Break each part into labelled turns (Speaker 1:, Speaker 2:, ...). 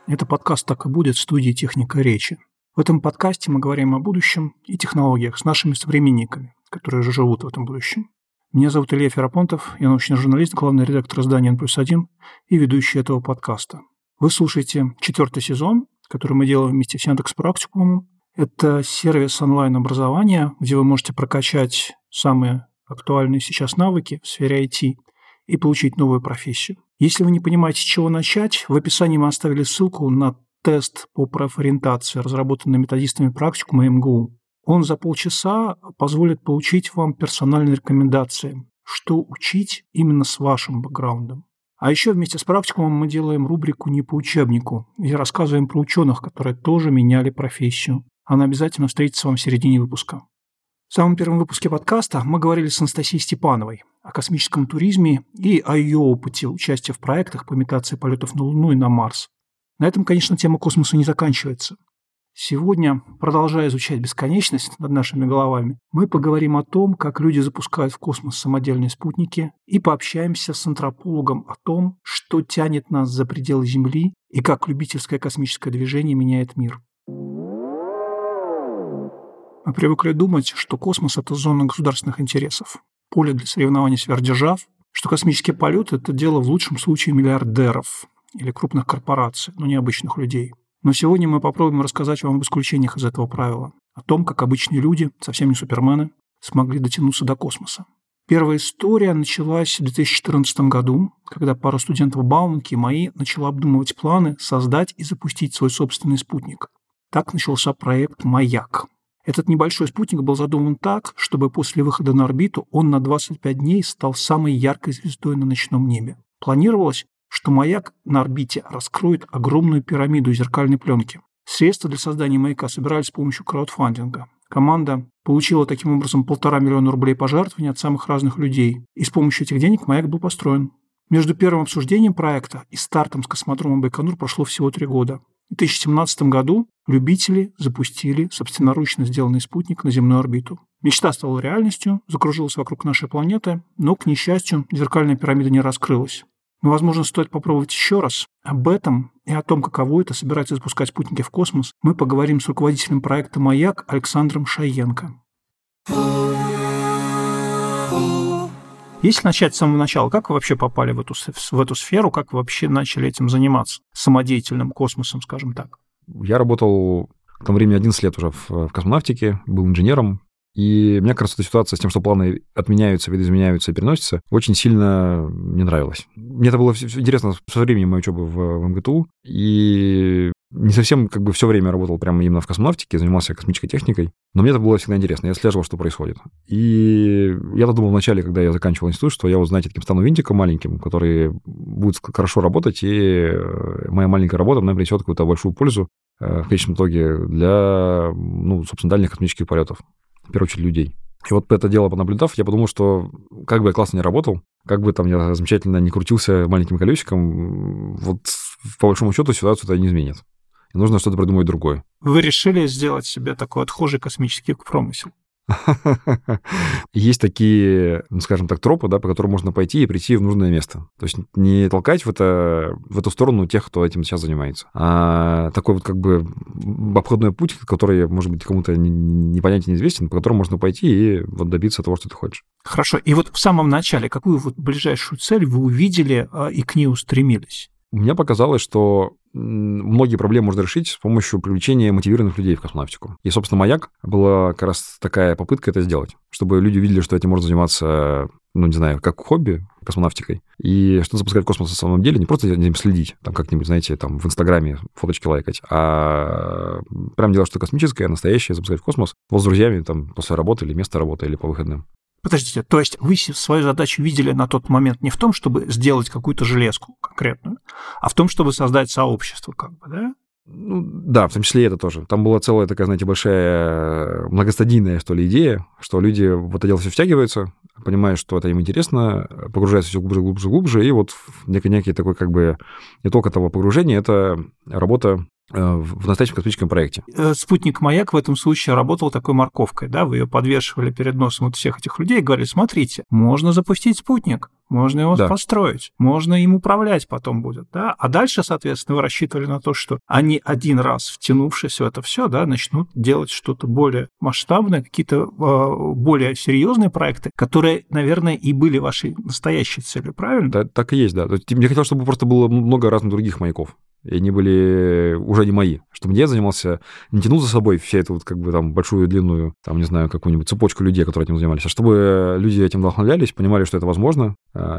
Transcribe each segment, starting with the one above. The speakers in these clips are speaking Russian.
Speaker 1: Это подкаст «Так и будет» студии «Техника речи». В этом подкасте мы говорим о будущем и технологиях с нашими современниками, которые уже живут в этом будущем. Меня зовут Илья Ферапонтов, я научный журналист, главный редактор издания N+1 и ведущий этого подкаста. Вы слушаете 4-й сезон, который мы делаем вместе с Яндекс.Практикумом. Это сервис онлайн-образования, где вы можете прокачать самые актуальные сейчас навыки в сфере IT и получить новую профессию. Если вы не понимаете, с чего начать, в описании мы оставили ссылку на тест по профориентации, разработанный методистами практикума МГУ. Он за полчаса позволит получить вам персональные рекомендации, что учить именно с вашим бэкграундом. А еще вместе с практикумом мы делаем рубрику «Не по учебнику», где рассказываем про ученых, которые тоже меняли профессию. Она обязательно встретится вам в середине выпуска. В самом первом выпуске подкаста мы говорили с Анастасией Степановой о космическом туризме и о ее опыте участия в проектах по имитации полетов на Луну и на Марс. На этом, конечно, тема космоса не заканчивается. Сегодня, продолжая изучать бесконечность над нашими головами, мы поговорим о том, как люди запускают в космос самодельные спутники, и пообщаемся с антропологом о том, что тянет нас за пределы Земли и как любительское космическое движение меняет мир. Мы привыкли думать, что космос – это зона государственных интересов, поле для соревнований сверхдержав, что космический полет – это дело в лучшем случае миллиардеров или крупных корпораций, но не обычных людей. Но сегодня мы попробуем рассказать вам об исключениях из этого правила, о том, как обычные люди, совсем не супермены, смогли дотянуться до космоса. Первая история началась в 2014 году, когда пара студентов Бауманки и мои начала обдумывать планы создать и запустить свой собственный спутник. Так начался проект «Маяк». Этот небольшой спутник был задуман так, чтобы после выхода на орбиту он на 25 дней стал самой яркой звездой на ночном небе. Планировалось, что маяк на орбите раскроет огромную пирамиду зеркальной пленки. Средства для создания маяка собирались с помощью краудфандинга. Команда получила таким образом 1,5 миллиона рублей пожертвований от самых разных людей, и с помощью этих денег маяк был построен. Между первым обсуждением проекта и стартом с космодрома Байконур прошло всего 3 года. В 2017 году любители запустили собственноручно сделанный спутник на земную орбиту. Мечта стала реальностью, закружилась вокруг нашей планеты, но, к несчастью, зеркальная пирамида не раскрылась. Но, возможно, стоит попробовать еще раз. Об этом и о том, каково это собираться запускать спутники в космос, мы поговорим с руководителем проекта «Маяк» Александром Шаенко. Если начать с самого начала, как вы вообще попали в эту сферу, как вы вообще начали этим заниматься, самодеятельным космосом, скажем так?
Speaker 2: Я работал к тому времени 11 лет уже в космонавтике, был инженером, и мне кажется, эта ситуация с тем, что планы отменяются, видоизменяются и переносятся, очень сильно не нравилась. Мне это было интересно со временем моей учебы в МГТУ, и не совсем все время работал прямо именно в космонавтике, занимался космической техникой, но мне это было всегда интересно, я отслеживал, что происходит. И я думал вначале, когда я заканчивал институт, что я, знаете, таким стану винтиком маленьким, который будет хорошо работать, и моя маленькая работа мне принесет какую-то большую пользу в конечном итоге для, собственно, дальних космических полетов, в первую очередь людей. И вот это дело понаблюдав, я подумал, что как бы я классно не работал, как бы там я замечательно не крутился маленьким колесиком, вот по большому счету ситуацию это не изменит. И нужно что-то придумать другое.
Speaker 1: Вы решили сделать себе такой отхожий космический промысел?
Speaker 2: Есть такие, скажем так, тропы, по которым можно пойти и прийти в нужное место. То есть не толкать в эту сторону тех, кто этим сейчас занимается, а такой обходной путь, который, может быть, кому-то непонятен, неизвестен, по которому можно пойти и добиться того, что ты хочешь.
Speaker 1: Хорошо. И вот в самом начале какую ближайшую цель вы увидели и к ней устремились?
Speaker 2: Мне показалось, что многие проблемы можно решить с помощью привлечения мотивированных людей в космонавтику. И, собственно, «Маяк» была как раз такая попытка это сделать, чтобы люди увидели, что этим можно заниматься, как хобби космонавтикой, и что запускать в космос на самом деле, не просто за ним следить, как-нибудь, в Инстаграме фоточки лайкать, а прям делать что-то космическое, настоящее, запускать в космос с друзьями после работы или места работы, или по выходным.
Speaker 1: Подождите, то есть вы свою задачу видели на тот момент не в том, чтобы сделать какую-то железку конкретную, а в том, чтобы создать сообщество, да?
Speaker 2: Да, в том числе и это тоже. Там была целая такая, большая многостадийная, идея, что люди в это дело все втягиваются, понимают, что это им интересно, погружаются все глубже, глубже, глубже, и вот некий такой итог этого погружения — это работа в настоящем космическом проекте.
Speaker 1: Спутник «Маяк» в этом случае работал такой морковкой, да, вы ее подвешивали перед носом вот всех этих людей и говорили: смотрите, можно запустить спутник, можно его построить, можно им управлять потом будет, да, а дальше, соответственно, вы рассчитывали на то, что они один раз, втянувшись в это все, да, начнут делать что-то более масштабное, какие-то более серьезные проекты, которые, наверное, и были вашей настоящей целью, правильно?
Speaker 2: Да, так и есть, да. Мне хотелось, чтобы просто было много разных других маяков. И они были уже не мои. Чтобы я занимался, не тянул за собой всю эту вот как бы там большую, длинную, там, не знаю, какую-нибудь цепочку людей, которые этим занимались, а чтобы люди этим вдохновлялись, понимали, что это возможно,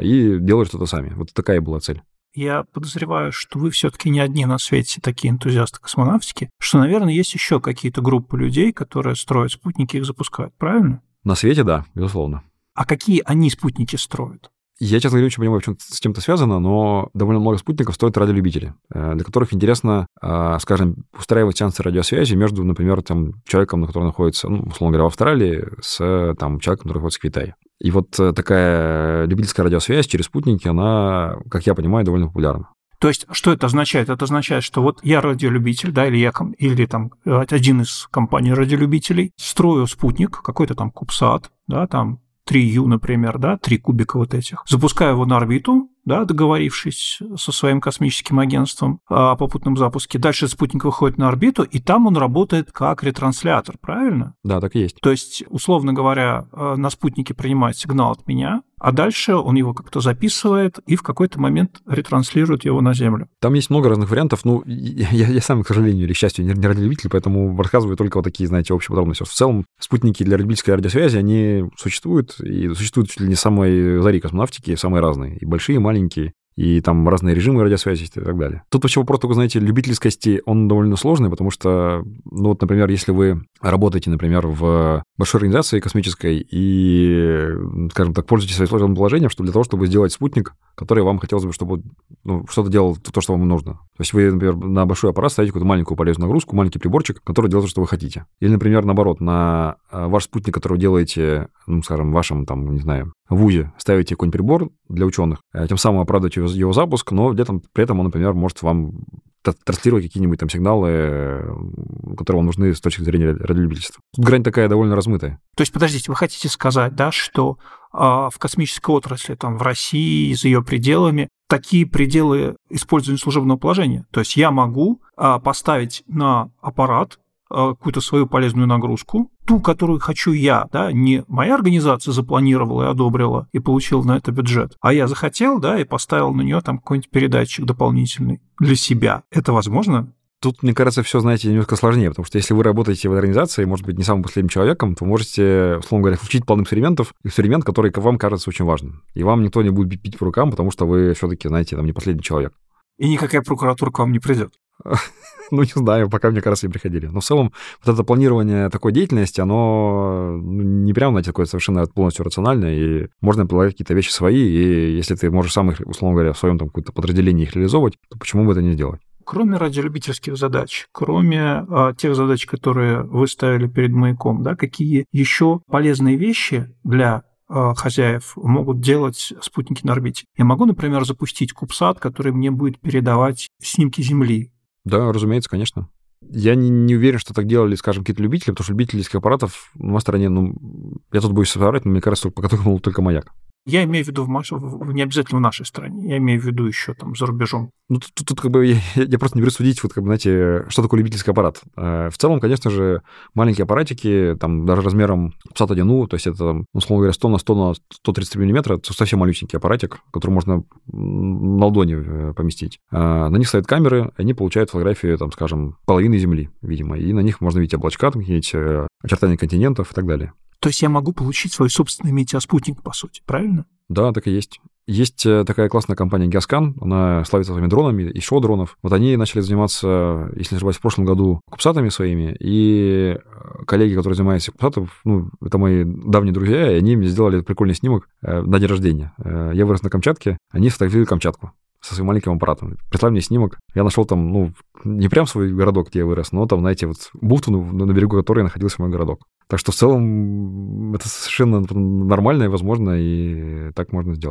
Speaker 2: и делали что-то сами. Вот такая была цель.
Speaker 1: Я подозреваю, что вы все-таки не одни на свете такие энтузиасты космонавтики, что, наверное, есть еще какие-то группы людей, которые строят спутники и их запускают, правильно?
Speaker 2: На свете, да, безусловно.
Speaker 1: А какие они спутники строят?
Speaker 2: Я, честно говоря, очень понимаю, в чем с чем-то связано, но довольно много спутников строят радиолюбители, для которых интересно, скажем, устраивать сеансы радиосвязи между, например, там, человеком, который находится, ну, условно говоря, в Австралии, с там, человеком, который находится в Китае. И вот такая любительская радиосвязь через спутники, она, как я понимаю, довольно популярна.
Speaker 1: То есть, что это означает? Это означает, что вот я радиолюбитель, да, или там один из компаний радиолюбителей, строю спутник, какой-то там CubeSat, да, там 3U, например, да, 3 кубика вот этих, запускаю его на орбиту, да, договорившись со своим космическим агентством о попутном запуске. Дальше спутник выходит на орбиту, и там он работает как ретранслятор, правильно?
Speaker 2: Да, так и есть.
Speaker 1: То есть, условно говоря, на спутнике принимает сигнал от меня, а дальше он его как-то записывает и в какой-то момент ретранслирует его на Землю.
Speaker 2: Там есть много разных вариантов. Ну, я сам, к сожалению или к счастью, не радиолюбитель, поэтому рассказываю только вот такие, знаете, общие подробности. В целом, спутники для любительской радиосвязи, они существуют, и существуют чуть ли не с самой зари космонавтики, самые разные, и большие, и маленькие, и там разные режимы радиосвязи и так далее. Тут вообще вопрос только, знаете, любительскости, он довольно сложный, потому что, ну вот, например, если вы работаете, например, в большой организации космической и, скажем так, пользуетесь своим сложным положением, что для того, чтобы сделать спутник, который вам хотелось бы, чтобы что-то делал то, что вам нужно. То есть вы, например, на большой аппарат ставите какую-то маленькую полезную нагрузку, маленький приборчик, который делает то, что вы хотите. Или, например, наоборот, на ваш спутник, который вы делаете, ну, скажем, в вашем, там, не знаю, вузе, ставите какой-нибудь прибор для ученых, тем самым оправдываете его запуск, но при этом он, например, может вам транслировать какие-нибудь там сигналы, которые вам нужны с точки зрения радиолюбительства. Тут грань такая довольно размытая.
Speaker 1: То есть, подождите, вы хотите сказать, да, что в космической отрасли, там, в России, за ее пределами, такие пределы использования служебного положения? То есть я могу поставить на аппарат какую-то свою полезную нагрузку, ту, которую хочу я, да, не моя организация запланировала и одобрила и получила на это бюджет, а я захотел, да, и поставил на нее там какой-нибудь передатчик дополнительный для себя. Это возможно?
Speaker 2: Тут, мне кажется, все, знаете, немножко сложнее, потому что если вы работаете в организации, может быть, не самым последним человеком, то можете, условно говоря, включить план эксперимент, который вам кажется очень важным. И вам никто не будет бить по рукам, потому что вы все-таки, знаете, там не последний человек.
Speaker 1: И никакая прокуратура к вам не придет.
Speaker 2: Ну, не знаю, пока, мне кажется, не приходили. Но в целом вот это планирование такой деятельности, оно не прям, знаете, такое совершенно полностью рациональное, и можно предлагать какие-то вещи свои, и если ты можешь сам их, условно говоря, в своем там каком-то подразделении их реализовывать, то почему бы это не сделать?
Speaker 1: Кроме радиолюбительских задач, кроме тех задач, которые вы ставили перед маяком, да, какие еще полезные вещи для хозяев могут делать спутники на орбите? Я могу, например, запустить CubeSat, который мне будет передавать снимки Земли.
Speaker 2: Да, разумеется, конечно. Я не уверен, что так делали, скажем, какие-то любители, потому что любительских аппаратов на моей стороне, я тут боюсь соврать, но мне кажется, пока только маяк.
Speaker 1: Я имею в виду не обязательно в нашей стране, я имею в виду еще там за рубежом.
Speaker 2: Ну, тут как бы я просто не беру судить, вот, как бы, знаете, что такое любительский аппарат. В целом, конечно же, маленькие аппаратики, там, даже размером CubeSat-1, то есть это, там, условно говоря, 100 на 100 на 130 мм, это совсем малюсенький аппаратик, который можно на ладони поместить. На них ставят камеры, и они получают фотографии, там, скажем, половины Земли, видимо, и на них можно видеть облачка, какие-нибудь очертания континентов и так далее.
Speaker 1: То есть я могу получить свой собственный метеоспутник, по сути, правильно?
Speaker 2: Да, так и есть. Есть такая классная компания Geoscan, она славится своими дронами и шоу-дронов. Вот они начали заниматься, если не ошибаюсь, в прошлом году CubeSat'ами своими, и коллеги, которые занимаются CubeSat'ом, это мои давние друзья, и они мне сделали прикольный снимок на день рождения. Я вырос на Камчатке, они сфотографировали Камчатку со своим маленьким аппаратом. Прислали мне снимок. Я нашел там, не прям свой городок, где я вырос, но там, знаете, вот бухту, на берегу которой находился мой городок. Так что в целом это совершенно нормально и возможно, и так можно сделать.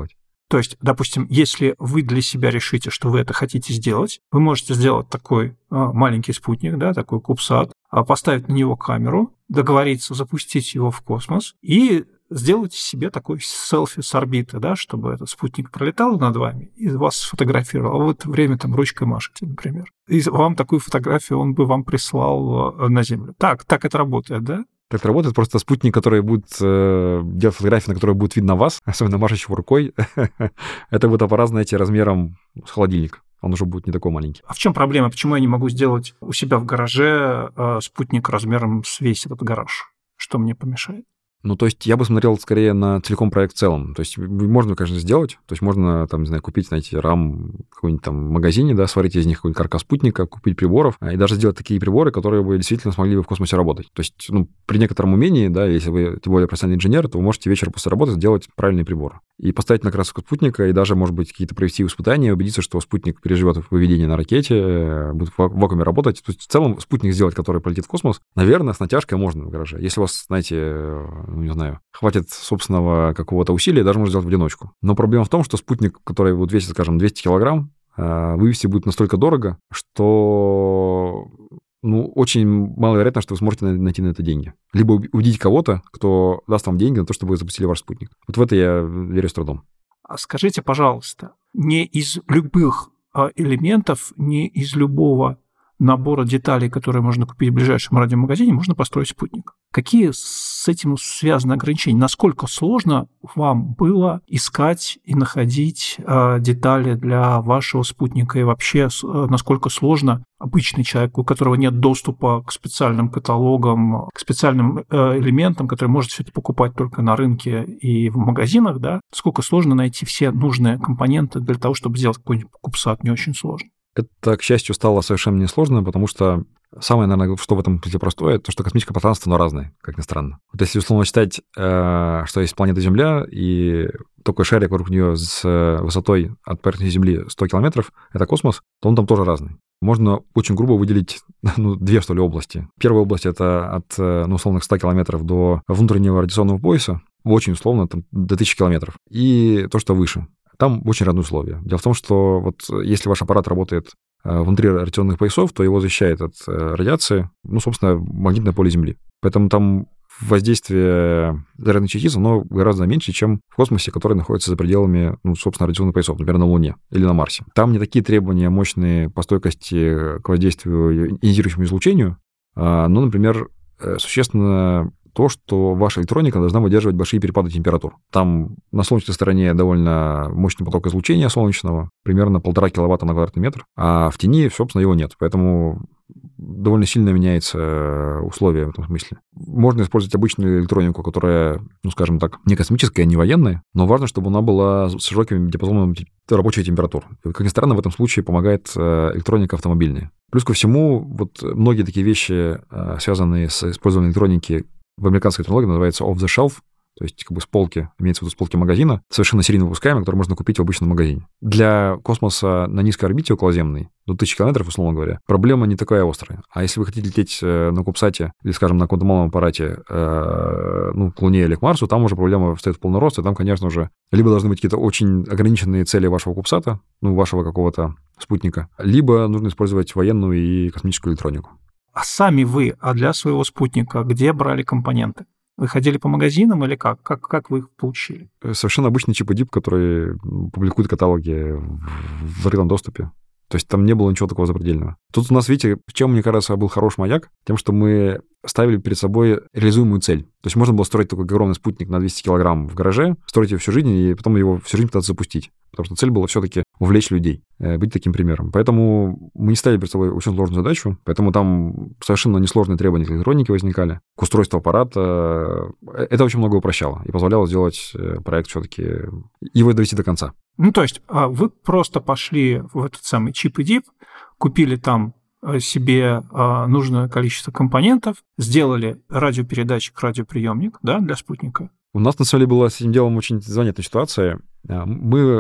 Speaker 1: То есть, допустим, если вы для себя решите, что вы это хотите сделать, вы можете сделать такой маленький спутник, да, такой CubeSat, поставить на него камеру, договориться запустить его в космос и сделать себе такой селфи с орбиты, да, чтобы этот спутник пролетал над вами и вас сфотографировал, а в это время там ручкой машете, например. И вам такую фотографию он бы вам прислал на Землю. Так это работает, да?
Speaker 2: Так это работает, просто спутник, который будет делать фотографии, на которые будет видно вас, особенно машущего рукой, это будет аппарат, знаете, размером с холодильник. Он уже будет не такой маленький.
Speaker 1: А в чем проблема? Почему я не могу сделать у себя в гараже спутник размером с весь этот гараж? Что мне помешает?
Speaker 2: Ну, то есть я бы смотрел скорее на целиком проект в целом. То есть можно, конечно, сделать. То есть можно, там, не знаю, купить, знаете, рам в каком-нибудь там магазине, да, сварить из них какой-нибудь каркас спутника, купить приборов, и даже сделать такие приборы, которые бы действительно смогли бы в космосе работать. То есть, ну, при некотором умении, да, если вы, тем более, профессиональный инженер, то вы можете вечером после работы сделать правильный прибор. И поставить на краску спутника, и даже, может быть, какие-то провести испытания, убедиться, что спутник переживет выведение на ракете, будет в вакууме работать. То есть, в целом, спутник сделать, который полетит в космос, наверное, с натяжкой можно в гараже. Если у вас, знаете, ну, не знаю, хватит собственного какого-то усилия, даже можно сделать в одиночку. Но проблема в том, что спутник, который вот весит, скажем, 200 килограмм, вывести будет настолько дорого, что, ну, очень маловероятно, что вы сможете найти на это деньги. Либо убедить кого-то, кто даст вам деньги на то, чтобы вы запустили ваш спутник. Вот в это я верю с трудом.
Speaker 1: А скажите, пожалуйста, не из любых элементов, не из любого набора деталей, которые можно купить в ближайшем радиомагазине, можно построить спутник. Какие с этим связаны ограничения? Насколько сложно вам было искать и находить детали для вашего спутника? И вообще, насколько сложно обычный человек, у которого нет доступа к специальным каталогам, к специальным элементам, которые может все это покупать только на рынке и в магазинах, да? Сколько сложно найти все нужные компоненты для того, чтобы сделать какой-нибудь CubeSat, не очень сложно.
Speaker 2: Это, к счастью, стало совершенно несложно, потому что самое, наверное, что в этом простое, то, что космическое пространство, оно разное, как ни странно. Вот если, условно, считать, что есть планета Земля, и такой шарик вокруг нее с высотой от поверхности Земли 100 километров, это космос, то он там тоже разный. Можно очень грубо выделить, две, что ли, области. Первая область — это от, условных 100 километров до внутреннего радиационного пояса, очень условно, там, до 1000 километров. И то, что выше. Там очень разные условия. Дело в том, что вот если ваш аппарат работает внутри радиационных поясов, то его защищает от радиации, собственно, магнитное поле Земли. Поэтому там воздействие зарядных частиц, оно гораздо меньше, чем в космосе, который находится за пределами, собственно, радиационных поясов, например, на Луне или на Марсе. Там не такие требования мощные по стойкости к воздействию ионизирующему излучению, но, например, существенно то, что ваша электроника должна выдерживать большие перепады температур. Там на солнечной стороне довольно мощный поток излучения солнечного, примерно 1,5 киловатта на квадратный метр, а в тени, собственно, его нет. Поэтому довольно сильно меняется условия в этом смысле. Можно использовать обычную электронику, которая, скажем так, не космическая, не военная, но важно, чтобы она была с широким диапазоном рабочей температур. Как ни странно, в этом случае помогает электроника автомобильная. Плюс ко всему, вот многие такие вещи, связанные с использованием электроники, в американской технологии называется off-the-shelf, то есть как бы с полки, имеется в виду с полки магазина, совершенно серийно выпускаемые, которые можно купить в обычном магазине. Для космоса на низкой орбите околоземной, до 1000 километров, условно говоря, проблема не такая острая. А если вы хотите лететь на CubeSat или, скажем, на каком-то малом аппарате к Луне или к Марсу, там уже проблема встает в полный рост, и там, конечно же, либо должны быть какие-то очень ограниченные цели вашего CubeSat, вашего какого-то спутника, либо нужно использовать военную и космическую электронику.
Speaker 1: А сами вы, для своего спутника, где брали компоненты? Вы ходили по магазинам или как? Как вы их получили?
Speaker 2: Совершенно обычный чип-и-дип, который публикует каталоги в открытом доступе. То есть там не было ничего такого запредельного. Тут у нас, видите, чем, мне кажется, был хорош маяк? Тем, что мы ставили перед собой реализуемую цель. То есть можно было строить такой огромный спутник на 200 килограмм в гараже, строить его всю жизнь, и потом его всю жизнь пытаться запустить. Потому что цель была все-таки увлечь людей, быть таким примером. Поэтому мы не ставили перед собой очень сложную задачу, поэтому там совершенно несложные требования к электронике возникали, к устройству аппарата. Это очень много упрощало и позволяло сделать проект все-таки, его довести до конца.
Speaker 1: То есть вы просто пошли в этот самый чип-и-дип, купили там себе нужное количество компонентов, сделали радиопередатчик, радиоприемник, да, для спутника.
Speaker 2: У нас, на самом деле, была с этим делом очень занятная ситуация. Мы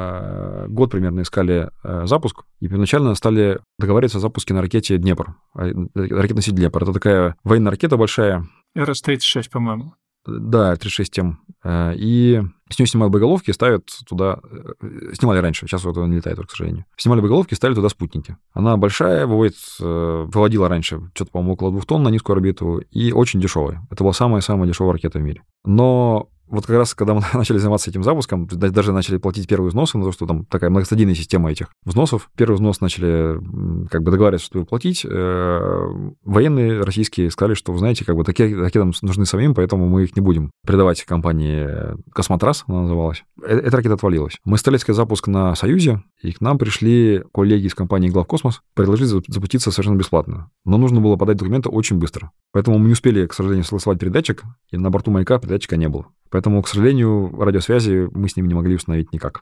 Speaker 2: год примерно искали запуск, и первоначально стали договариваться о запуске на ракете «Днепр», ракетоноситель «Днепр». Это такая военная ракета большая.
Speaker 1: РС-36, по-моему.
Speaker 2: Да, 36М. И с нее снимают боеголовки и ставят туда... Снимали раньше, сейчас вот он не летает, к сожалению. Снимали боеголовки и ставили туда спутники. Она большая, выводила раньше что-то, по-моему, около 2 тонн на низкую орбиту и очень дешевая. Это была самая-самая дешевая ракета в мире. Но вот как раз, когда мы начали заниматься этим запуском, даже начали платить первые взносы на то, что там такая многостадийная система этих взносов. Первый взнос начали договариваться, что платить. Военные российские сказали, что, вы знаете, такие ракеты нужны самим, поэтому мы их не будем передавать компании «Космотрас», она называлась. Эта ракета отвалилась. Мы стали искать запуск на «Союзе», и к нам пришли коллеги из компании «Главкосмос», предложили запуститься совершенно бесплатно. Но нужно было подать документы очень быстро. Поэтому мы не успели, к сожалению, согласовать передатчик, и на борту «Маяка» передатчика не было. Поэтому, к сожалению, радиосвязи мы с ними не могли установить никак.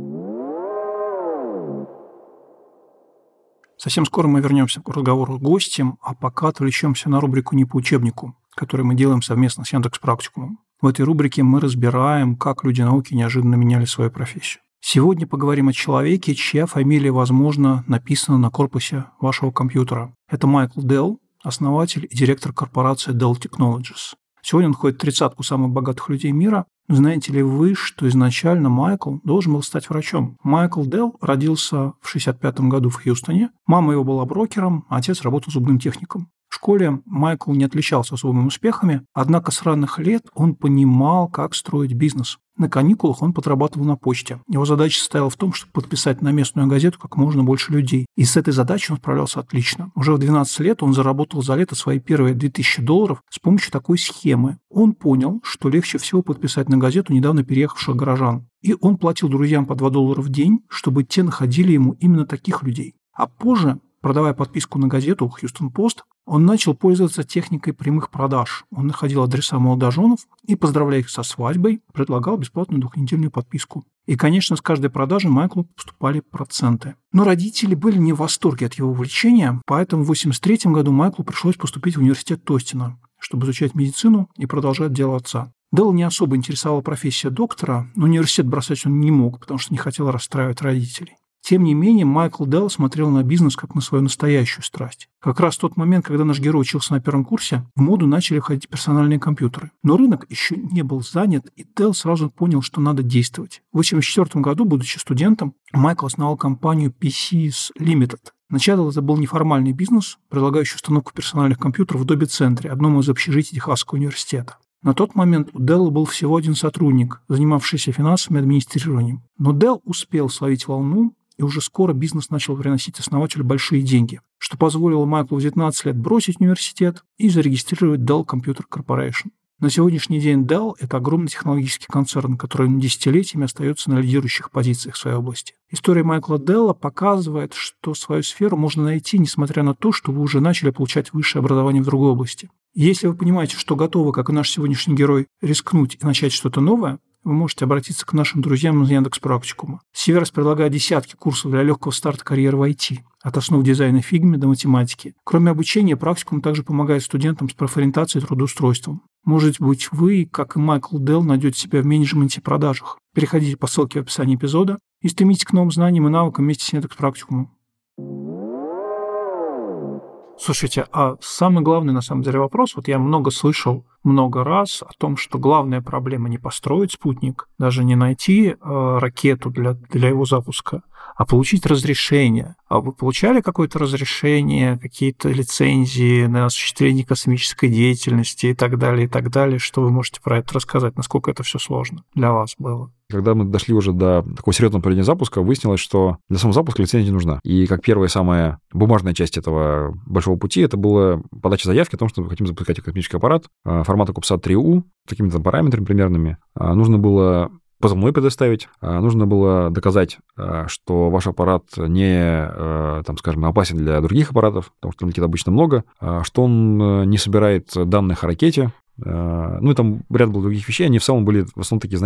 Speaker 1: Совсем скоро мы вернемся к разговору с гостем, а пока отвлечемся на рубрику «Не по учебнику», которую мы делаем совместно с Яндекс.Практикумом. В этой рубрике мы разбираем, как люди науки неожиданно меняли свою профессию. Сегодня поговорим о человеке, чья фамилия, возможно, написана на корпусе вашего компьютера. Это Майкл Делл, основатель и директор корпорации Dell Technologies. Сегодня он входит в 30-ку самых богатых людей мира. Знаете ли вы, что изначально Майкл должен был стать врачом? Майкл Делл родился в 1965 году в Хьюстоне. Мама его была брокером, а отец работал зубным техником. В школе Майкл не отличался особыми успехами, однако с ранних лет он понимал, как строить бизнес. На каникулах он подрабатывал на почте. Его задача состояла в том, чтобы подписать на местную газету как можно больше людей. И с этой задачей он справлялся отлично. Уже в 12 лет он заработал за лето свои первые $2000 с помощью такой схемы. Он понял, что легче всего подписать на газету недавно переехавших горожан. И он платил друзьям по $2 в день, чтобы те находили ему именно таких людей. А позже, продавая подписку на газету «Хьюстон Пост», он начал пользоваться техникой прямых продаж. Он находил адреса молодоженов и, поздравляя их со свадьбой, предлагал бесплатную 2-недельную подписку. И, конечно, с каждой продажи Майклу поступали проценты. Но родители были не в восторге от его увлечения, поэтому в 1983 году Майклу пришлось поступить в университет Тостина, чтобы изучать медицину и продолжать дело отца. Делл не особо интересовала профессия доктора, но университет бросать он не мог, потому что не хотел расстраивать родителей. Тем не менее, Майкл Делл смотрел на бизнес как на свою настоящую страсть. Как раз в тот момент, когда наш герой учился на первом курсе, в моду начали входить персональные компьютеры. Но рынок еще не был занят, и Делл сразу понял, что надо действовать. В 1984 году, будучи студентом, Майкл основал компанию PCs Limited. Начало это был неформальный бизнес, предлагающий установку персональных компьютеров в Добби-центре, одном из общежитий Техасского университета. На тот момент у Делла был всего один сотрудник, занимавшийся финансами и администрированием. Но Делл успел словить волну, и уже скоро бизнес начал приносить основателю большие деньги, что позволило Майклу в 19 лет бросить университет и зарегистрировать Dell Computer Corporation. На сегодняшний день Dell – это огромный технологический концерн, который десятилетиями остается на лидирующих позициях в своей области. История Майкла Делла показывает, что свою сферу можно найти, несмотря на то, что вы уже начали получать высшее образование в другой области. Если вы понимаете, что готовы, как и наш сегодняшний герой, рискнуть и начать что-то новое, вы можете обратиться к нашим друзьям из Яндекс.Практикума. Северс предлагает десятки курсов для легкого старта карьеры в IT, от основ дизайна Figma до математики. Кроме обучения, практикум также помогает студентам с профориентацией и трудоустройством. Может быть, вы, как и Майкл Делл, найдете себя в менеджменте и продажах. Переходите по ссылке в описании эпизода и стремитесь к новым знаниям и навыкам вместе с Яндекс.Практикумом. Слушайте, а самый главный, на самом деле, вопрос, вот я много слышал, много раз о том, что главная проблема не построить спутник, даже не найти ракету для его запуска, а получить разрешение. А вы получали какое-то разрешение, какие-то лицензии на осуществление космической деятельности и так далее, что вы можете про это рассказать, насколько это все сложно для вас было?
Speaker 2: Когда мы дошли уже до такого серьезного проведения запуска, выяснилось, что для самого запуска лицензия не нужна. И как первая самая бумажная часть этого большого пути, это была подача заявки о том, что мы хотим запускать космический аппарат формата CubeSat-3U, с такими-то параметрами примерными. Нужно было позывной предоставить, нужно было доказать, что ваш аппарат не, там, скажем, опасен для других аппаратов, потому что летит обычно много, что он не собирает данных о ракете. Ну и там ряд был других вещей, они в целом были в основном такие, знаете,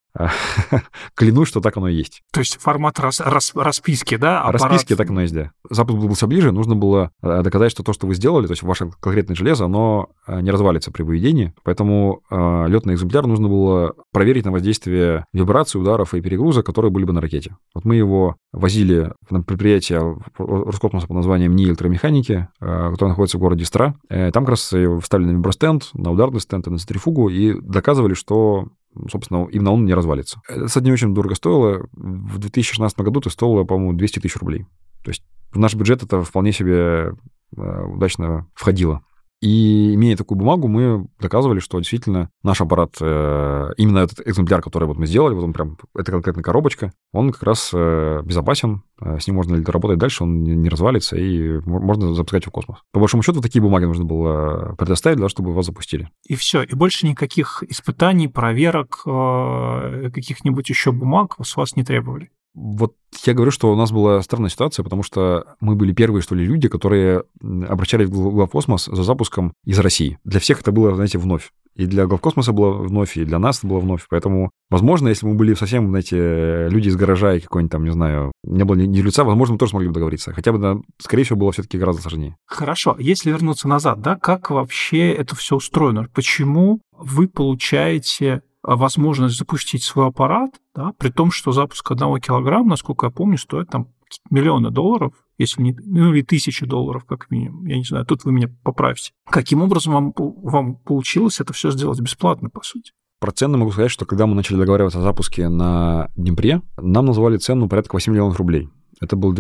Speaker 2: Клянусь, что так оно и есть.
Speaker 1: То есть формат расписки, да?
Speaker 2: Расписки так оно и есть, да. Запуск был ближе, нужно было доказать, что то, что вы сделали, то есть ваше конкретное железо, оно не развалится при выведении, поэтому летный экземпляр нужно было проверить на воздействие вибраций, ударов и перегрузок, которые были бы на ракете. Вот мы его возили на предприятие Роскосмоса под названием НИИ электромеханики, которое находится в городе Истра. Там как раз вставили на вибростенд, на ударный стенд и на центрифугу и доказывали, что, собственно, именно он не развалится. Это не очень дорого стоило. В 2016 году это стоило, по-моему, 200 тысяч рублей. То есть в наш бюджет это вполне себе удачно входило. И, имея такую бумагу, мы доказывали, что действительно наш аппарат, именно этот экземпляр, который вот мы сделали, вот он прям, это конкретная коробочка, он как раз безопасен, с ним можно работать дальше, он не развалится, и можно запускать его в космос. По большому счету, такие бумаги нужно было предоставить, для того, чтобы вас запустили.
Speaker 1: И все, и больше никаких испытаний, проверок, каких-нибудь еще бумаг с вас не требовали.
Speaker 2: Вот я говорю, что у нас была странная ситуация, потому что мы были первые, что ли, люди, которые обращались в Главкосмос за запуском из России. Для всех это было, знаете, вновь. И для Главкосмоса было вновь, и для нас это было вновь. Поэтому, возможно, если мы были совсем, знаете, люди из гаража и какой-нибудь там, не знаю, не было ни лица, возможно, мы тоже смогли бы договориться. Хотя бы, да, скорее всего, было все-таки гораздо сложнее.
Speaker 1: Хорошо. Если вернуться назад, да, как вообще это все устроено? Почему вы получаете возможность запустить свой аппарат, да, при том, что запуск 1 килограмма, насколько я помню, стоит там миллионы долларов, если не, ну, или $1000 как минимум. Я не знаю, тут вы меня поправьте. Каким образом вам получилось это все сделать бесплатно, по сути?
Speaker 2: Про цены могу сказать, что когда мы начали договариваться о запуске на Днепре, нам назвали цену порядка 8 миллионов рублей. Это был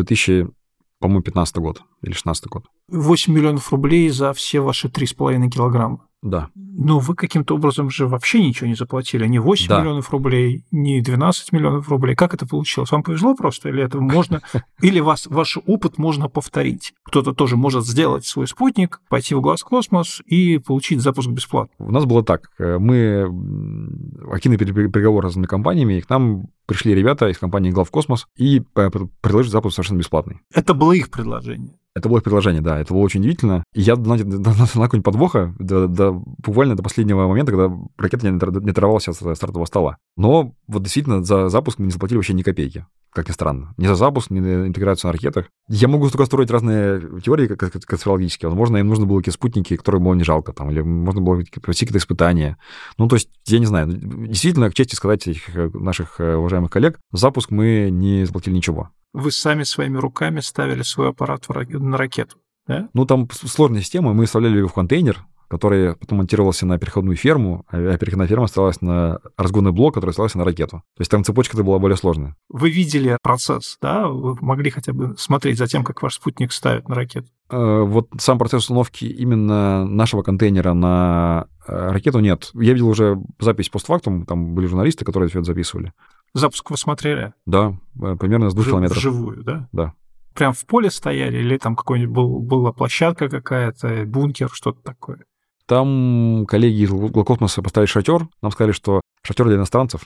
Speaker 2: 2015 год или 2016 год.
Speaker 1: 8 миллионов рублей за все ваши 3,5 килограмма.
Speaker 2: Да.
Speaker 1: Но вы каким-то образом же вообще ничего не заплатили. Ни 8 миллионов рублей, ни 12 миллионов рублей. Как это получилось? Вам повезло просто? Или это можно... Или ваш опыт можно повторить? Кто-то тоже может сделать свой спутник, пойти в Главкосмос и получить запуск бесплатно.
Speaker 2: У нас было так. Мы окинули переговоры с разными компаниями, и к нам пришли ребята из компании Главкосмос и предложили запуск совершенно бесплатный.
Speaker 1: Это было их предложение?
Speaker 2: Это было их предложение, да. Это было очень удивительно. И я на какой-нибудь подвоха буквально до последнего момента, когда ракета не оторвалась от стартового стола. Но вот действительно за запуск мы не заплатили вообще ни копейки, как ни странно. Ни за запуск, ни на интеграцию на ракетах. Я могу только строить разные теории конспирологические. Возможно, им нужно было какие-то спутники, которые было не жалко, там, или можно было провести какие-то испытания. Ну, то есть, я не знаю. Действительно, к чести сказать наших уважаемых коллег, за запуск мы не заплатили ничего.
Speaker 1: Вы сами своими руками ставили свой аппарат на ракету, да?
Speaker 2: Ну, там сложная система. Мы вставляли его в контейнер, который потом монтировался на переходную ферму, а переходная ферма оставалась на разгонный блок, который оставался на ракету. То есть там цепочка-то была более сложная.
Speaker 1: Вы видели процесс, да? Вы могли хотя бы смотреть за тем, как ваш спутник ставит на ракету?
Speaker 2: Вот сам процесс установки именно нашего контейнера на ракету нет. Я видел уже запись постфактум, там были журналисты, которые все это записывали.
Speaker 1: Запуск вы смотрели?
Speaker 2: Да, примерно с 2 километров.
Speaker 1: Вживую, да?
Speaker 2: Да.
Speaker 1: Прям в поле стояли или там какой-нибудь была площадка какая-то, бункер, что-то такое?
Speaker 2: Там коллеги из Главкосмоса поставили шатер. Нам сказали, что шатер для иностранцев,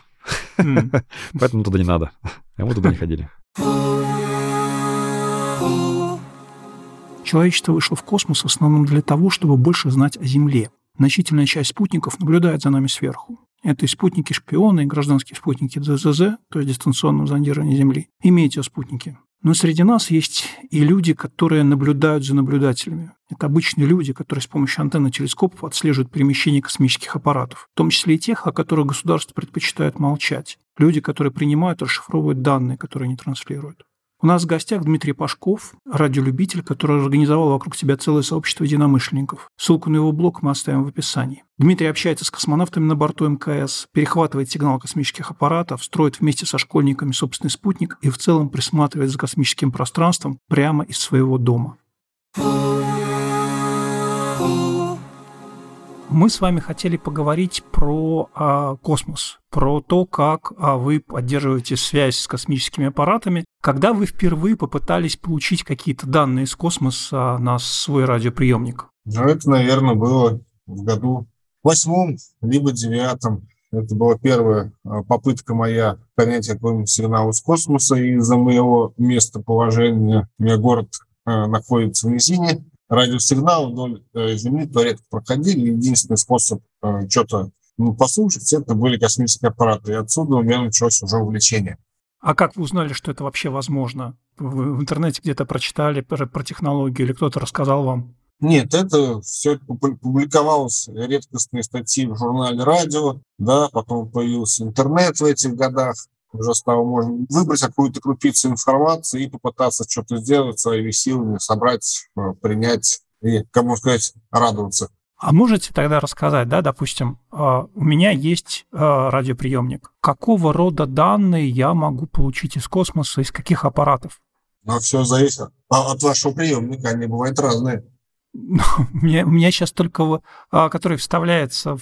Speaker 2: поэтому туда не надо. А мы туда не ходили.
Speaker 1: Человечество вышло в космос в основном для того, чтобы больше знать о Земле. Значительная часть спутников наблюдает за нами сверху. Это и спутники-шпионы, и гражданские спутники ДЗЗ, то есть дистанционного зондирования Земли, и метеоспутники. Но среди нас есть и люди, которые наблюдают за наблюдателями. Это обычные люди, которые с помощью антенн и телескопов отслеживают перемещение космических аппаратов, в том числе и тех, о которых государство предпочитает молчать. Люди, которые принимают и расшифровывают данные, которые они транслируют. У нас в гостях Дмитрий Пашков, радиолюбитель, который организовал вокруг себя целое сообщество единомышленников. Ссылку на его блог мы оставим в описании. Дмитрий общается с космонавтами на борту МКС, перехватывает сигнал космических аппаратов, строит вместе со школьниками собственный спутник и в целом присматривает за космическим пространством прямо из своего дома. Мы с вами хотели поговорить про космос, про то, как вы поддерживаете связь с космическими аппаратами. Когда вы впервые попытались получить какие-то данные из космоса на свой радиоприемник?
Speaker 3: Ну, это, наверное, было в году 8 либо 9. Это была первая попытка моя понять какой-нибудь сигнал из космоса из-за моего местоположения. У меня город находится в низине. Радиосигналы вдоль Земли то редко проходили. Единственный способ что-то послушать, это были космические аппараты. И отсюда у меня началось уже увлечение.
Speaker 1: А как вы узнали, что это вообще возможно? Вы в интернете где-то прочитали про технологию или кто-то рассказал вам?
Speaker 3: Нет, это все публиковалось, редкостные статьи в журнале «Радио», да, потом появился интернет в этих годах, уже стало можно выбрать какую-то крупицу информации и попытаться что-то сделать своими силами, собрать, принять и, как можно сказать, радоваться.
Speaker 1: А можете тогда рассказать, да, допустим, у меня есть радиоприемник. Какого рода данные я могу получить из космоса, из каких аппаратов?
Speaker 3: Но все зависит от вашего приемника, они бывают разные.
Speaker 1: У меня сейчас только, который вставляется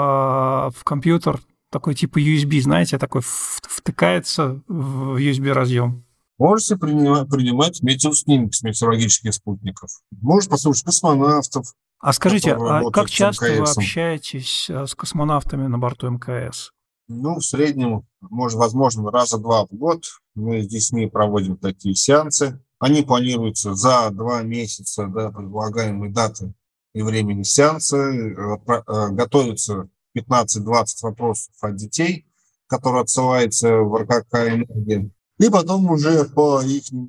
Speaker 1: в компьютер, такой типа USB, знаете, такой втыкается в USB-разъем.
Speaker 3: Можете принимать метеоснимки с метеорологических спутников. Можете послушать космонавтов.
Speaker 1: А скажите, как часто вы общаетесь с космонавтами на борту МКС?
Speaker 3: В среднем, возможно, раза 2 в год мы с детьми проводим такие сеансы. Они планируются за 2 месяца до предполагаемой даты и времени сеанса. Готовятся 15-20 вопросов от детей, которые отсылаются в РКК «Энергия». И потом уже по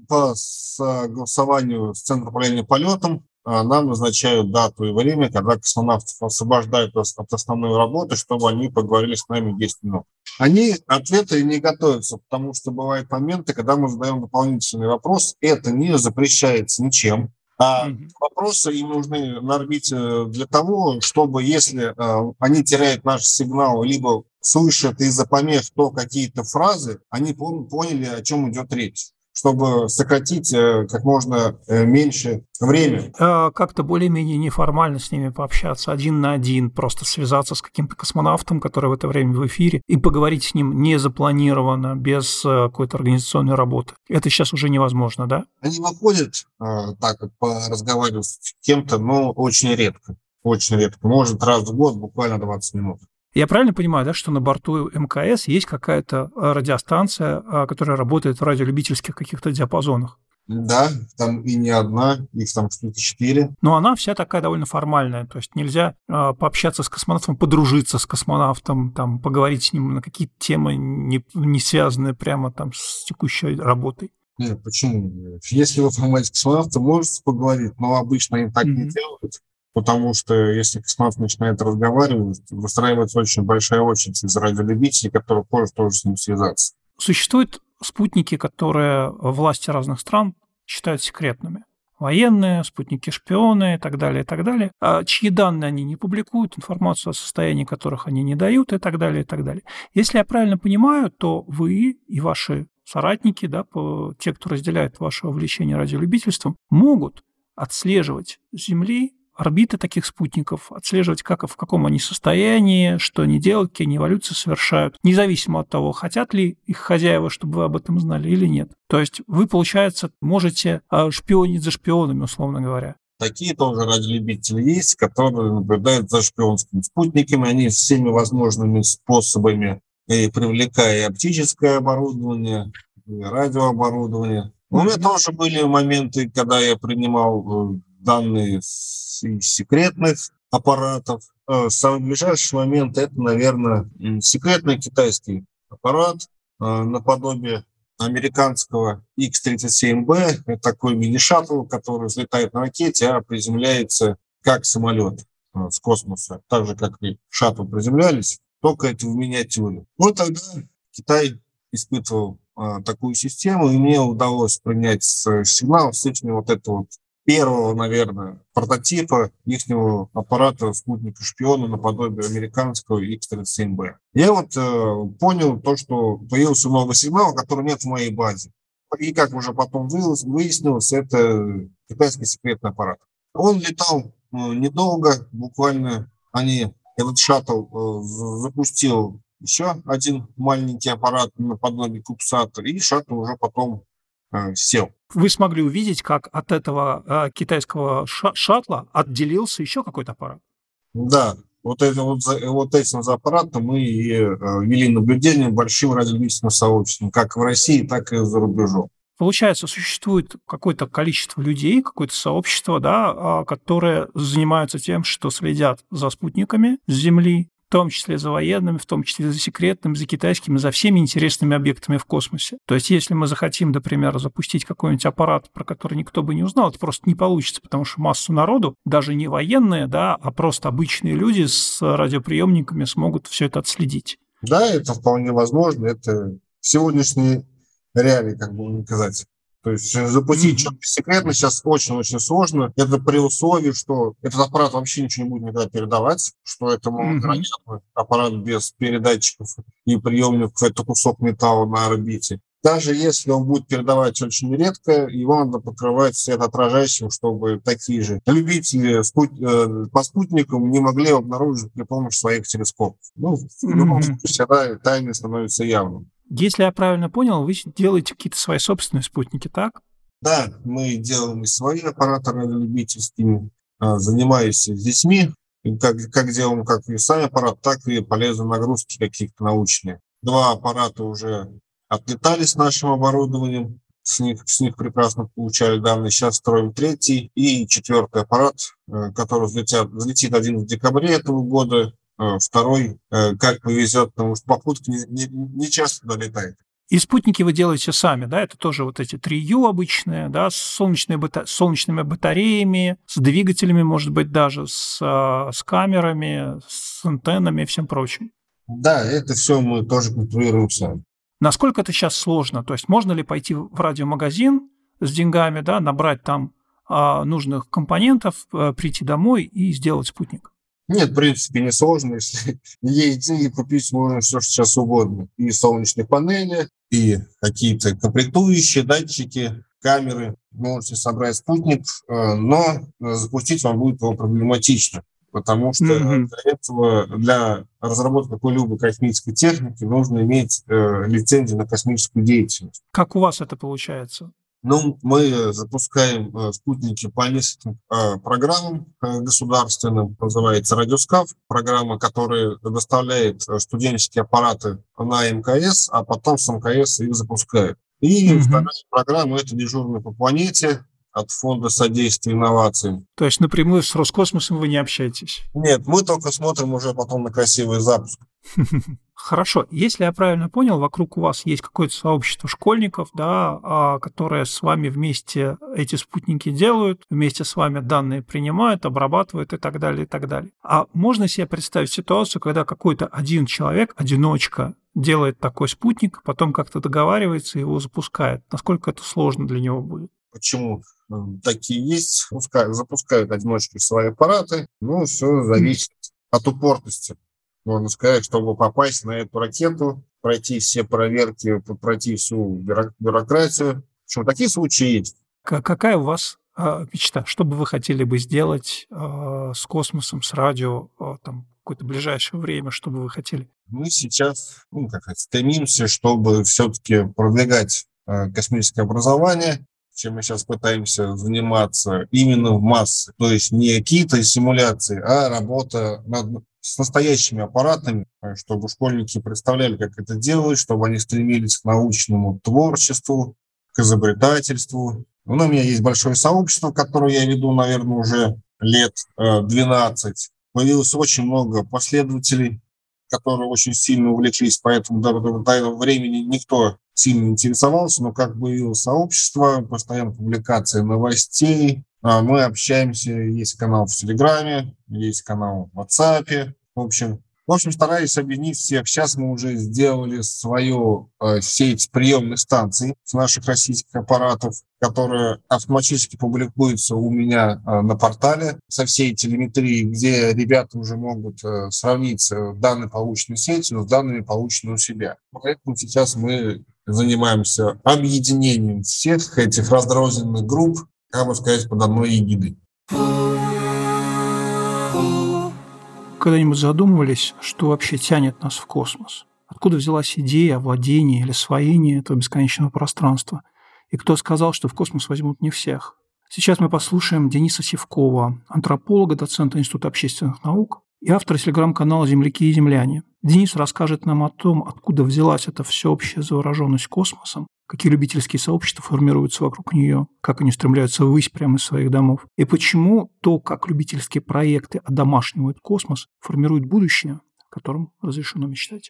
Speaker 3: согласованию с Центром управления полетом нам назначают дату и время, когда космонавтов освобождают от основной работы, чтобы они поговорили с нами 10 минут. Они ответы не готовятся, потому что бывают моменты, когда мы задаем дополнительный вопрос. Это не запрещается ничем. А вопросы им нужны на орбите для того, чтобы, если они теряют наш сигнал, либо слышат из-за помех какие-то фразы, они поняли, о чем идет речь, чтобы сократить как можно меньше время.
Speaker 1: Как-то более-менее неформально с ними пообщаться, 1 на 1, просто связаться с каким-то космонавтом, который в это время в эфире, и поговорить с ним незапланированно, без какой-то организационной работы. Это сейчас уже невозможно, да?
Speaker 3: Они выходят так вот поразговаривать с кем-то, но очень редко. Очень редко. Может, раз в год, буквально 20 минут.
Speaker 1: Я правильно понимаю, да, что на борту МКС есть какая-то радиостанция, которая работает в радиолюбительских каких-то диапазонах?
Speaker 3: Да, там и не одна, их там штуки 4.
Speaker 1: Но она вся такая довольно формальная, то есть нельзя пообщаться с космонавтом, подружиться с космонавтом, там, поговорить с ним на какие-то темы, не связанные прямо там с текущей работой.
Speaker 3: Нет, почему? Если вы формате космонавта, можете поговорить, но обычно они так не делают. Потому что если космонавт начинает разговаривать, выстраивается очень большая очередь из радиолюбителей, которые может тоже с ним связаться.
Speaker 1: Существуют спутники, которые власти разных стран считают секретными. Военные, спутники-шпионы и так далее, чьи данные они не публикуют, информацию о состоянии которых они не дают и так далее, и так далее. Если я правильно понимаю, то вы и ваши соратники, да, те, кто разделяет ваше увлечение радиолюбительством, могут отслеживать с Земли орбиты таких спутников, отслеживать, в каком они состоянии, что они делают, какие они эволюции совершают, независимо от того, хотят ли их хозяева, чтобы вы об этом знали или нет. То есть вы, получается, можете шпионить за шпионами, условно говоря.
Speaker 3: Такие тоже радиолюбители есть, которые наблюдают за шпионскими спутниками. Они всеми возможными способами, привлекая и оптическое оборудование, и радиооборудование. У меня тоже были моменты, когда я принимал данные из секретных аппаратов. Самый ближайший момент – это, наверное, секретный китайский аппарат наподобие американского X-37B. Это такой мини-шаттл, который взлетает на ракете, а приземляется как самолет с космоса. Так же, как и шаттл приземлялись, только это в миниатюре. Вот тогда Китай испытывал такую систему, и мне удалось принять сигнал с этими первого, наверное, прототипа ихнего аппарата спутника-шпиона наподобие американского X-37B. Я понял то, что появился новый сигнал, который нет в моей базе. И как уже потом выяснилось, это китайский секретный аппарат. Он летал недолго, буквально этот шаттл запустил еще один маленький аппарат наподобие Кубсата, и шаттл уже потом сел.
Speaker 1: Вы смогли увидеть, как от этого китайского шаттла отделился еще какой-то аппарат?
Speaker 3: Да, этим за аппаратом мы и вели наблюдение большим радиолюбительским сообществом, как в России, так и за рубежом.
Speaker 1: Получается, существует какое-то количество людей, какое-то сообщество, да, которые занимаются тем, что следят за спутниками с Земли, том числе за военными, в том числе за секретными, за китайскими, за всеми интересными объектами в космосе. То есть если мы захотим, например, запустить какой-нибудь аппарат, про который никто бы не узнал, это просто не получится, потому что массу народу, даже не военные, да, а просто обычные люди с радиоприемниками смогут все это отследить.
Speaker 3: Да, это вполне возможно. Это сегодняшние реалии, как бы сказать. То есть запустить что-то секретно сейчас очень-очень сложно. Это при условии, что этот аппарат вообще ничего не будет никогда передавать, что это маловероятно. Аппарат без передатчиков и приемников – это кусок металла на орбите. Даже если он будет передавать очень редко, его надо покрывать светоотражающим, чтобы такие же любители по спутникам не могли его обнаружить при помощи своих телескопов. Ну, в любом случае, всегда тайны становятся явным.
Speaker 1: Если я правильно понял, вы делаете какие-то свои собственные спутники, так?
Speaker 3: Да, мы делаем и свои аппараты радиолюбительские, занимаясь с детьми, как делаем как и сами аппараты, так и полезные нагрузки какие-то научные. 2 аппарата уже отлетали с нашим оборудованием, с них прекрасно получали данные. Сейчас строим 3-й и 4-й аппарат, который взлетит один в декабре этого года, 2-й как повезет, потому что попутки не часто долетает.
Speaker 1: И спутники вы делаете сами, да? Это тоже вот эти 3U обычные, да, с солнечными батареями, с двигателями, может быть, даже с камерами, с антеннами и всем прочим.
Speaker 3: Да, это все мы тоже конструируем сами.
Speaker 1: Насколько это сейчас сложно? То есть можно ли пойти в радиомагазин с деньгами, да, набрать там нужных компонентов, прийти домой и сделать спутник?
Speaker 3: Нет, в принципе, не сложно. Если есть деньги, купить можно все, что сейчас угодно. И солнечные панели, и какие-то комплектующие, датчики, камеры. Можете собрать спутник, но запустить вам будет его проблематично. Потому что для этого, для разработки какой-либо космической техники нужно иметь лицензию на космическую деятельность.
Speaker 1: Как у вас это получается?
Speaker 3: Ну, мы запускаем спутники по нескольким программам государственным, называется «Радиоскаф», программа, которая доставляет студенческие аппараты на МКС, а потом с МКС их запускает. И вторая программа – это «Дежурный по планете» от Фонда содействия инновациям.
Speaker 1: То есть напрямую с Роскосмосом вы не общаетесь?
Speaker 3: Нет, мы только смотрим уже потом на красивый запуск.
Speaker 1: Хорошо. Если я правильно понял, вокруг у вас есть какое-то сообщество школьников, да, которые с вами вместе эти спутники делают, вместе с вами данные принимают, обрабатывают и так далее, и так далее. А можно себе представить ситуацию, когда какой-то один человек, одиночка, делает такой спутник, потом как-то договаривается и его запускает? Насколько это сложно для него будет?
Speaker 3: Почему такие есть? Запускают одиночки свои аппараты. Ну, все зависит от упорности. Можно сказать, чтобы попасть на эту ракету, пройти все проверки, пройти всю бюрократию. Причем такие случаи есть.
Speaker 1: Какая у вас мечта? Что бы вы хотели бы сделать с космосом, с радио, там, в какое-то ближайшее время? Что бы вы хотели?
Speaker 3: Мы сейчас стремимся, чтобы все-таки продвигать космическое образование, чем мы сейчас пытаемся заниматься именно в массы. То есть не какие-то симуляции, а работа с настоящими аппаратами, чтобы школьники представляли, как это делать, чтобы они стремились к научному творчеству, к изобретательству. У меня есть большое сообщество, которое я веду, наверное, уже лет 12. Появилось очень много последователей, которые очень сильно увлеклись, поэтому до этого времени никто сильно интересовался, но как появилось сообщество, постоянно публикации новостей, мы общаемся, есть канал в Телеграме, есть канал в WhatsApp, в общем, стараюсь объединить всех. Сейчас мы уже сделали свою сеть приемных станций с наших российских аппаратов, которая автоматически публикуется у меня на портале со всей телеметрией, где ребята уже могут сравнить данные, полученные сетью, с данными, полученными у себя. Поэтому сейчас мы занимаемся объединением всех этих разрозненных групп, как бы сказать, под одной эгидой.
Speaker 1: Когда-нибудь задумывались, что вообще тянет нас в космос? Откуда взялась идея овладения или освоения этого бесконечного пространства? И кто сказал, что в космос возьмут не всех? Сейчас мы послушаем Дениса Сивкова, антрополога, доцента Института общественных наук и автора телеграм-канала «Земляки и земляне». Денис расскажет нам о том, откуда взялась эта всеобщая завороженность космосом, какие любительские сообщества формируются вокруг нее, как они стремляются ввысь прямо из своих домов, и почему то, как любительские проекты одомашнивают космос, формирует будущее, в которым разрешено мечтать.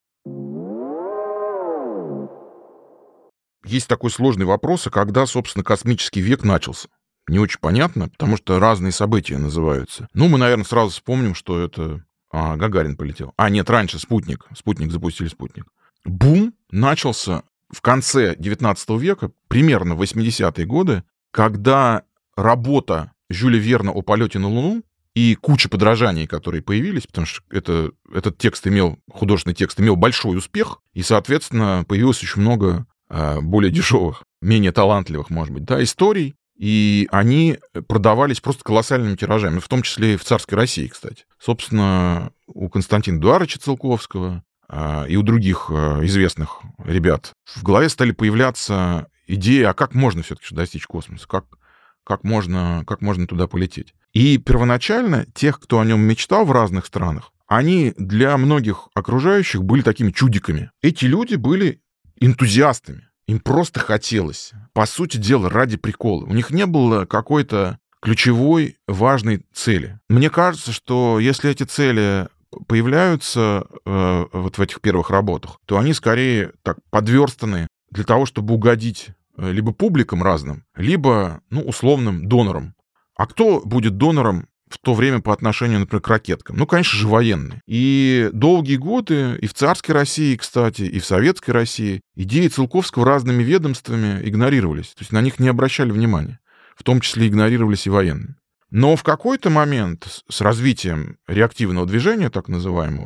Speaker 4: Есть такой сложный вопрос, а когда, собственно, космический век начался? Не очень понятно, потому что разные события называются. Ну, мы, наверное, сразу вспомним, что это... Гагарин полетел. Нет, раньше спутник. Запустили спутник. Бум начался в конце 19 века, примерно в 80-е годы, когда работа Жюля Верна о полете на Луну и куча подражаний, которые появились, потому что этот художественный текст имел большой успех, и, соответственно, появилось очень много более дешевых, менее талантливых, может быть, историй, и они продавались просто колоссальными тиражами, в том числе и в царской России, кстати. Собственно, у Константина Эдуардовича Циолковского и у других известных ребят в голове стали появляться идеи, а как можно все-таки достичь космоса, как можно туда полететь. И первоначально тех, кто о нем мечтал в разных странах, они для многих окружающих были такими чудиками. Эти люди были энтузиастами. Им просто хотелось, по сути дела, ради прикола. У них не было какой-то ключевой важной цели. Мне кажется, что если эти цели появляются вот в этих первых работах, то они скорее так подверстаны для того, чтобы угодить либо публикам разным, либо, условным донорам. А кто будет донором в то время по отношению, например, к ракеткам? Конечно же, военные. И долгие годы и в царской России, кстати, и в советской России идеи Циолковского разными ведомствами игнорировались. То есть на них не обращали внимания. В том числе игнорировались и военные. Но в какой-то момент с развитием реактивного движения, так называемого,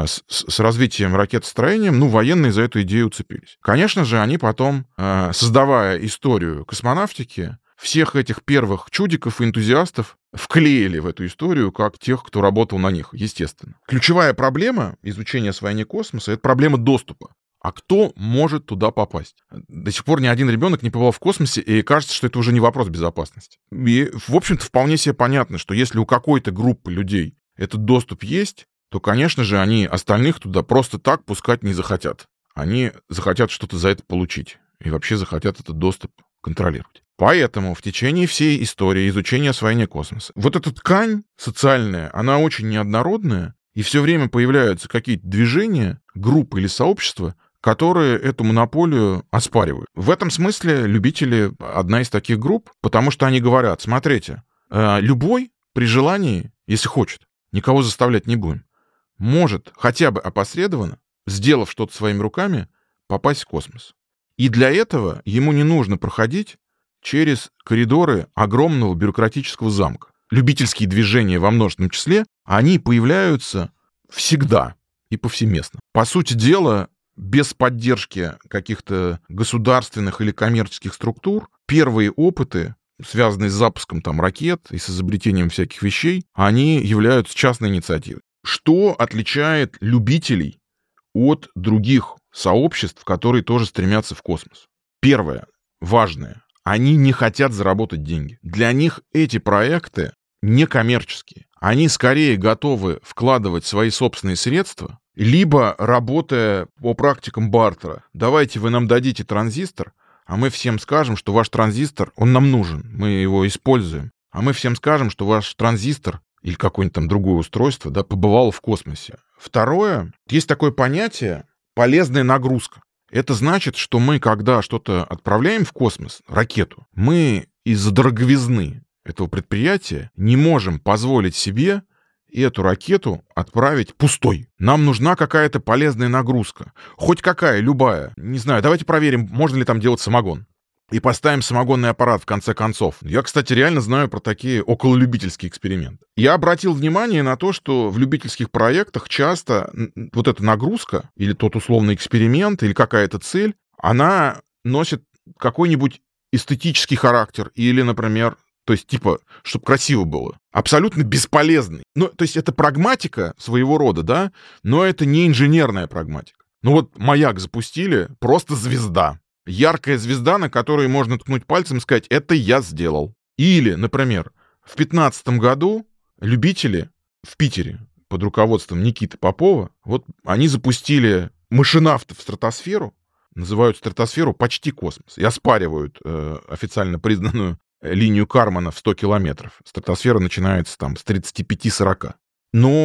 Speaker 4: с развитием ракетостроения, военные за эту идею уцепились. Конечно же, они потом, создавая историю космонавтики, всех этих первых чудиков и энтузиастов вклеили в эту историю как тех, кто работал на них, естественно. Ключевая проблема изучения освоения космоса — это проблема доступа. А кто может туда попасть? До сих пор ни один ребенок не побывал в космосе, и кажется, что это уже не вопрос безопасности. И, в общем-то, вполне себе понятно, что если у какой-то группы людей этот доступ есть, то, конечно же, они остальных туда просто так пускать не захотят. Они захотят что-то за это получить. И вообще захотят этот доступ контролировать. Поэтому в течение всей истории изучения освоения космоса вот эта ткань социальная, она очень неоднородная, и все время появляются какие-то движения, группы или сообщества, которые эту монополию оспаривают. В этом смысле любители — одна из таких групп, потому что они говорят: смотрите, любой при желании, если хочет, никого заставлять не будем, может хотя бы опосредованно, сделав что-то своими руками, попасть в космос. И для этого ему не нужно проходить через коридоры огромного бюрократического замка. Любительские движения во множественном числе, они появляются всегда и повсеместно. По сути дела, без поддержки каких-то государственных или коммерческих структур, первые опыты, связанные с запуском ракет и с изобретением всяких вещей, они являются частной инициативой. Что отличает любителей от других сообществ, которые тоже стремятся в космос? Первое, важное. Они не хотят заработать деньги. Для них эти проекты некоммерческие. Они скорее готовы вкладывать свои собственные средства, либо, работая по практикам бартера, давайте вы нам дадите транзистор, а мы всем скажем, что ваш транзистор, он нам нужен, мы его используем. А мы всем скажем, что ваш транзистор или какое-нибудь другое устройство, побывало в космосе. Второе, есть такое понятие полезная нагрузка. Это значит, что мы, когда что-то отправляем в космос, ракету, мы из-за дороговизны этого предприятия не можем позволить себе эту ракету отправить пустой. Нам нужна какая-то полезная нагрузка. Хоть какая, любая. Не знаю, давайте проверим, можно ли там делать самогон. И поставим самогонный аппарат в конце концов. Я, кстати, реально знаю про такие окололюбительские эксперименты. Я обратил внимание на то, что в любительских проектах часто вот эта нагрузка, или тот условный эксперимент, или какая-то цель, она носит какой-нибудь эстетический характер. Или, например, то есть, чтобы красиво было. Абсолютно бесполезный. То есть, это прагматика своего рода, да, но это не инженерная прагматика. Маяк запустили, просто звезда. Яркая звезда, на которой можно ткнуть пальцем и сказать: это я сделал. Или, например, в 2015 году любители в Питере под руководством Никиты Попова, они запустили машинавтов в стратосферу, называют стратосферу почти космос, и оспаривают официально признанную линию Кармана в 100 километров. Стратосфера начинается с 35-40. Но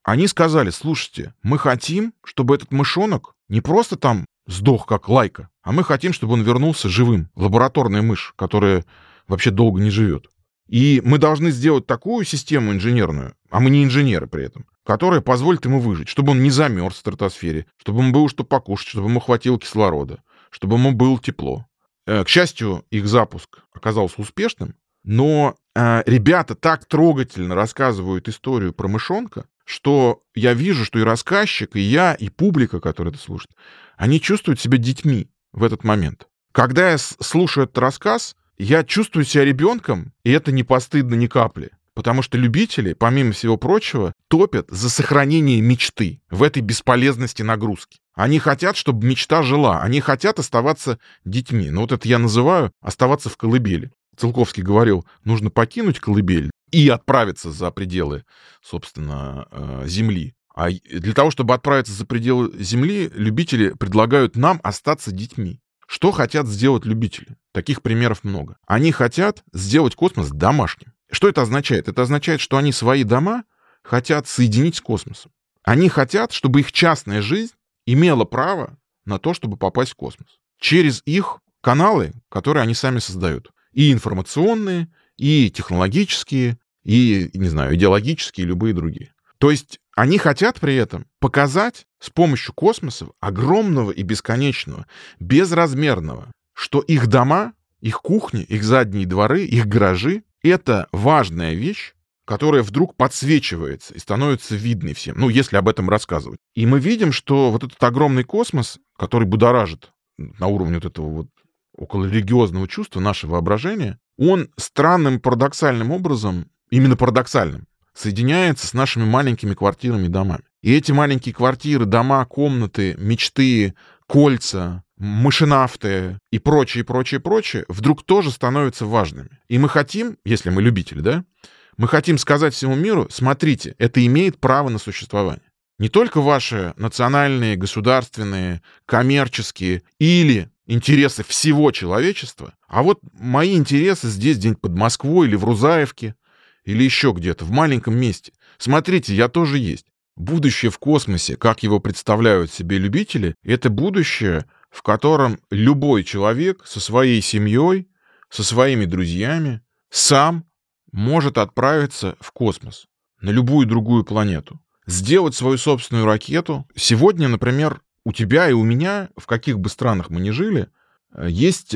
Speaker 4: они сказали: слушайте, мы хотим, чтобы этот мышонок не просто там сдох, как Лайка, а мы хотим, чтобы он вернулся живым. Лабораторная мышь, которая вообще долго не живет. И мы должны сделать такую систему инженерную, а мы не инженеры при этом, которая позволит ему выжить, чтобы он не замерз в стратосфере, чтобы ему было что покушать, чтобы ему хватило кислорода, чтобы ему было тепло. К счастью, их запуск оказался успешным, но ребята так трогательно рассказывают историю про мышонка, что я вижу, что и рассказчик, и я, и публика, которая это слушает, они чувствуют себя детьми в этот момент. Когда я слушаю этот рассказ, я чувствую себя ребенком, и это не постыдно ни капли. Потому что любители, помимо всего прочего, топят за сохранение мечты в этой бесполезности нагрузки. Они хотят, чтобы мечта жила. Они хотят оставаться детьми. Ну вот это я называю оставаться в колыбели. Циолковский говорил, нужно покинуть колыбель и отправиться за пределы, собственно, Земли. А для того, чтобы отправиться за пределы Земли, любители предлагают нам остаться детьми. Что хотят сделать любители? Таких примеров много. Они хотят сделать космос домашним. Что это означает? Это означает, что они свои дома хотят соединить с космосом. Они хотят, чтобы их частная жизнь имела право на то, чтобы попасть в космос. Через их каналы, которые они сами создают. И информационные, и технологические, и, не знаю, идеологические, и любые другие. То есть они хотят при этом показать с помощью космоса огромного и бесконечного, безразмерного, что их дома, их кухни, их задние дворы, их гаражи — это важная вещь, которая вдруг подсвечивается и становится видной всем, ну, если об этом рассказывать. И мы видим, что вот этот огромный космос, который будоражит на уровне вот этого вот околорелигиозного чувства, наше воображение, он странным парадоксальным образом, именно парадоксальным, соединяется с нашими маленькими квартирами и домами. И эти маленькие квартиры, дома, комнаты, мечты, кольца, мышенавты и прочее, прочее, прочее вдруг тоже становятся важными. И мы хотим, если мы любители, да, мы хотим сказать всему миру: смотрите, это имеет право на существование. Не только ваши национальные, государственные, коммерческие или интересы всего человечества, а вот мои интересы здесь, где-нибудь под Москвой или в Рузаевке, или еще где-то, в маленьком месте. Смотрите, я тоже есть. Будущее в космосе, как его представляют себе любители, это будущее, в котором любой человек со своей семьей, со своими друзьями сам может отправиться в космос, на любую другую планету, сделать свою собственную ракету. Сегодня, например, у тебя и у меня, в каких бы странах мы ни жили, есть,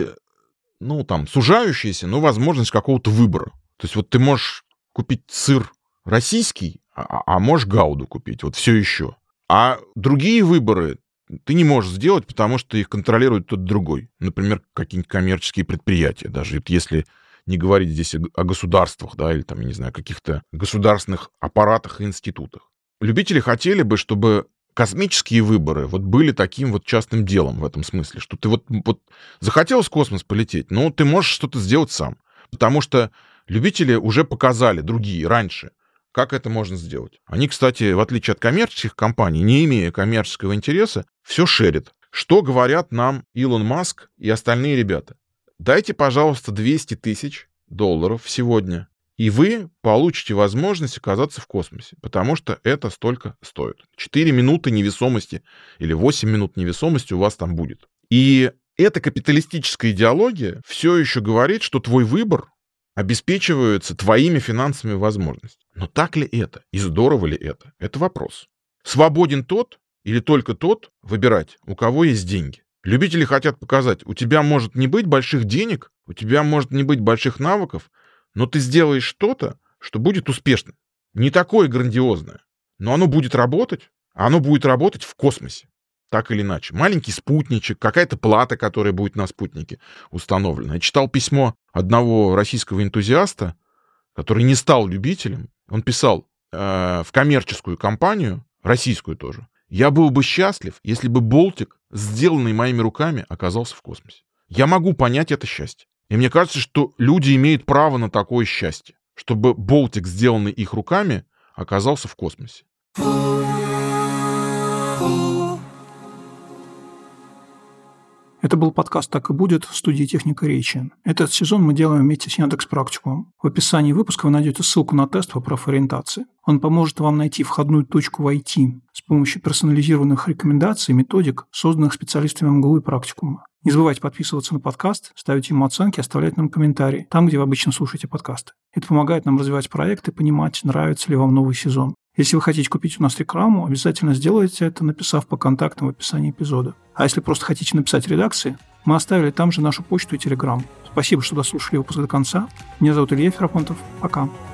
Speaker 4: ну, там, сужающаяся, но возможность какого-то выбора. То есть вот ты можешь купить сыр российский, а можешь гауду купить, вот все еще. А другие выборы ты не можешь сделать, потому что их контролирует тот другой. Например, какие-нибудь коммерческие предприятия, даже если не говорить здесь о государствах, да, или там, я не знаю, каких-то государственных аппаратах и институтах. Любители хотели бы, чтобы космические выборы вот были таким вот частным делом в этом смысле, что ты вот захотел в космос полететь, но ты можешь что-то сделать сам. Потому что любители уже показали, другие, раньше, как это можно сделать. Они, кстати, в отличие от коммерческих компаний, не имея коммерческого интереса, все шерят. Что говорят нам Илон Маск и остальные ребята? Дайте, пожалуйста, $200 тысяч сегодня, и вы получите возможность оказаться в космосе, потому что это столько стоит. 4 минуты невесомости или 8 минут невесомости у вас там будет. И эта капиталистическая идеология все еще говорит, что твой выбор обеспечивается твоими финансовыми возможностями. Но так ли это? И здорово ли это? Это вопрос. Свободен тот или только тот выбирать, у кого есть деньги? Любители хотят показать: у тебя может не быть больших денег, у тебя может не быть больших навыков, но ты сделаешь что-то, что будет успешным. Не такое грандиозное, но оно будет работать, а оно будет работать в космосе. Так или иначе. Маленький спутничек, какая-то плата, которая будет на спутнике установлена. Я читал письмо одного российского энтузиаста, который не стал любителем. Он писал в коммерческую компанию, российскую тоже: я был бы счастлив, если бы болтик, сделанный моими руками, оказался в космосе. Я могу понять это счастье. И мне кажется, что люди имеют право на такое счастье, чтобы болтик, сделанный их руками, оказался в космосе.
Speaker 1: Это был подкаст «Так и будет» в студии «Техника речи». Этот сезон мы делаем вместе с Яндекс.Практикумом. В описании выпуска вы найдете ссылку на тест по профориентации. Он поможет вам найти входную точку в IT с помощью персонализированных рекомендаций и методик, созданных специалистами МГУ и практикума. Не забывайте подписываться на подкаст, ставить ему оценки, оставлять нам комментарии там, где вы обычно слушаете подкасты. Это помогает нам развивать проект и понимать, нравится ли вам новый сезон. Если вы хотите купить у нас рекламу, обязательно сделайте это, написав по контактам в описании эпизода. А если просто хотите написать редакции, мы оставили там же нашу почту и телеграм. Спасибо, что дослушали выпуск до конца. Меня зовут Илья Ферапонтов. Пока.